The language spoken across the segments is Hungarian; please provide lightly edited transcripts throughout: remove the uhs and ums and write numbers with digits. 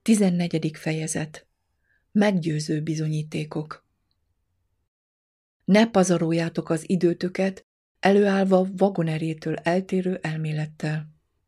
14. fejezet. Meggyőző bizonyítékok. Ne pazaroljátok az időtöket, előállva Wagonerjétől eltérő elmélettel.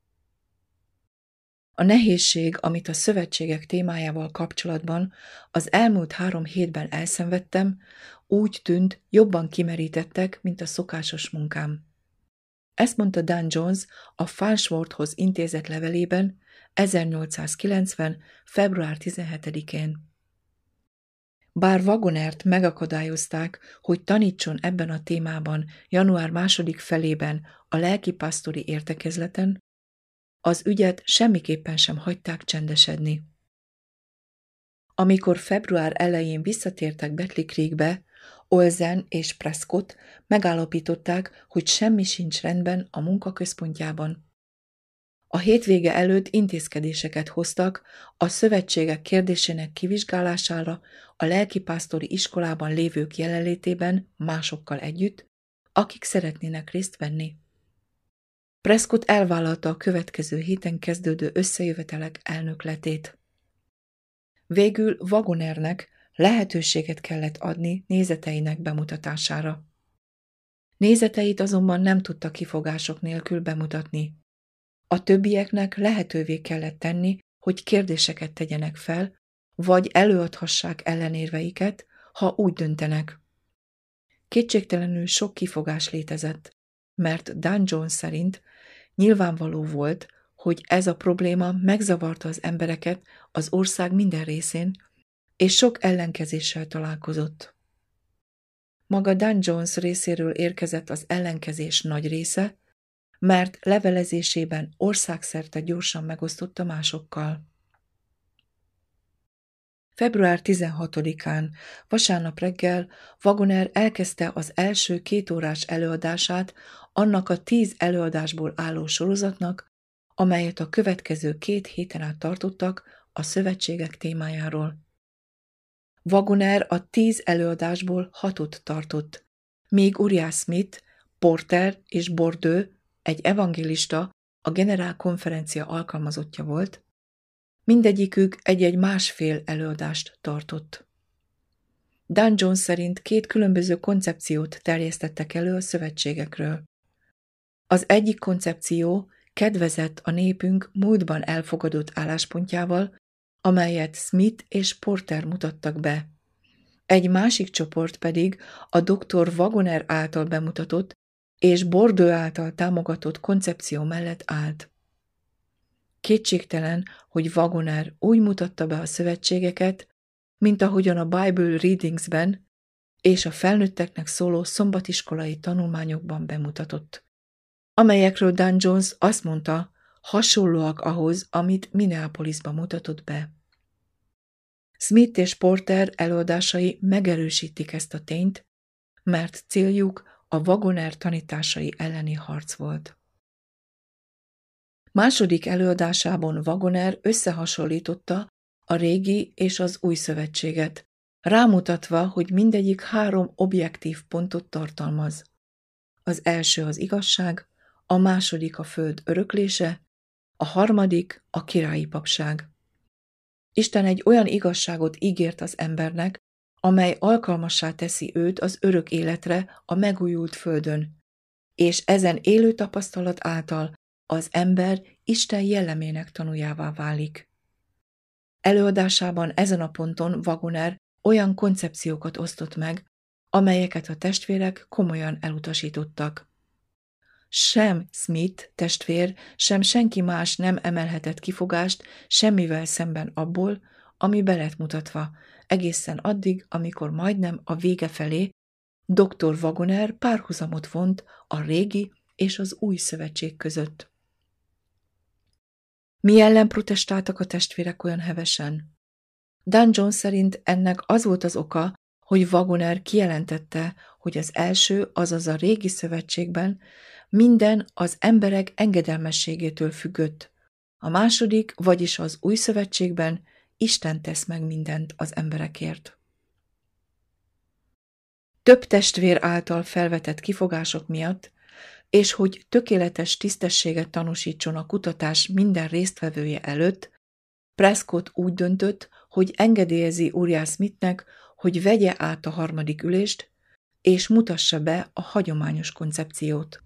A nehézség, amit a szövetségek témájával kapcsolatban az elmúlt 3 hétben elszenvedtem, úgy tűnt, jobban kimerítettek, mint a szokásos munkám. Ezt mondta Dan Jones a Farnsworthhoz intézett levelében 1890. február 17-én. Bár Wagonert megakadályozták, hogy tanítson ebben a témában január 2. felében a lelkipásztori értekezleten, az ügyet semmiképpen sem hagyták csendesedni. Amikor február elején visszatértek Battle Creekbe, Olsen és Prescott megállapították, hogy semmi sincs rendben a munkaközpontjában. A hétvége előtt intézkedéseket hoztak a szövetségek kérdésének kivizsgálására a lelkipásztori iskolában lévők jelenlétében másokkal együtt, akik szeretnének részt venni. Prescott elvállalta a következő héten kezdődő összejövetelek elnökletét. Végül Wagonernek lehetőséget kellett adni nézeteinek bemutatására. Nézeteit azonban nem tudta kifogások nélkül bemutatni. A többieknek lehetővé kellett tenni, hogy kérdéseket tegyenek fel, vagy előadhassák ellenérveiket, ha úgy döntenek. Kétségtelenül sok kifogás létezett, mert Dan Jones szerint nyilvánvaló volt, hogy ez a probléma megzavarta az embereket az ország minden részén, és sok ellenkezéssel találkozott. Maga Dan Jones részéről érkezett az ellenkezés nagy része, mert levelezésében országszerte gyorsan megosztotta másokkal. Február 16-án, vasárnap reggel Wagoner elkezdte az első 2 órás előadását annak a 10 előadásból álló sorozatnak, amelyet a következő 2 héten át tartottak a szövetségek témájáról. Wagoner a 10 előadásból 6-ot tartott, míg Uriah Smith, Porter és Bordeaux, egy evangélista, a generálkonferencia alkalmazottja volt, mindegyikük egy-egy másfél előadást tartott. Dan Jones szerint 2 különböző koncepciót terjesztettek elő a szövetségekről. Az egyik koncepció kedvezett a népünk múltban elfogadott álláspontjával, amelyet Smith és Porter mutattak be. Egy másik csoport pedig a dr. Wagoner által bemutatott és Bordeaux által támogatott koncepció mellett állt. Kétségtelen, hogy Wagoner úgy mutatta be a szövetségeket, mint ahogyan a Bible Readingsben és a felnőtteknek szóló szombatiskolai tanulmányokban bemutatott, amelyekről Dan Jones azt mondta, hasonlóak ahhoz, amit Minneapolisban mutatott be. Smith és Porter előadásai megerősítik ezt a tényt, mert céljuk a Wagoner tanításai elleni harc volt. Második előadásában Wagoner összehasonlította a régi és az új szövetséget, rámutatva, hogy mindegyik 3 objektív pontot tartalmaz. Az első az igazság, a második a föld öröklése, a harmadik a királyi papság. Isten egy olyan igazságot ígért az embernek, amely alkalmassá teszi őt az örök életre a megújult földön, és ezen élő tapasztalat által az ember Isten jellemének tanuljává válik. Előadásában ezen a ponton Wagoner olyan koncepciókat osztott meg, amelyeket a testvérek komolyan elutasítottak. Sem Smith testvér, sem senki más nem emelhetett kifogást semmivel szemben abból, ami be lett mutatva, egészen addig, amikor majdnem a vége felé dr. Wagoner párhuzamot vont a régi és az új szövetség között. Mi ellen protestáltak a testvérek olyan hevesen? Dan Jones szerint ennek az volt az oka, hogy Wagoner kijelentette, hogy az első, azaz a régi szövetségben minden az emberek engedelmességétől függött. A második, vagyis az új szövetségben Isten tesz meg mindent az emberekért. Több testvér által felvetett kifogások miatt, és hogy tökéletes tisztességet tanúsítson a kutatás minden résztvevője előtt, Prescott úgy döntött, hogy engedélyezi Uriah Smithnek, hogy vegye át a harmadik ülést, és mutassa be a hagyományos koncepciót.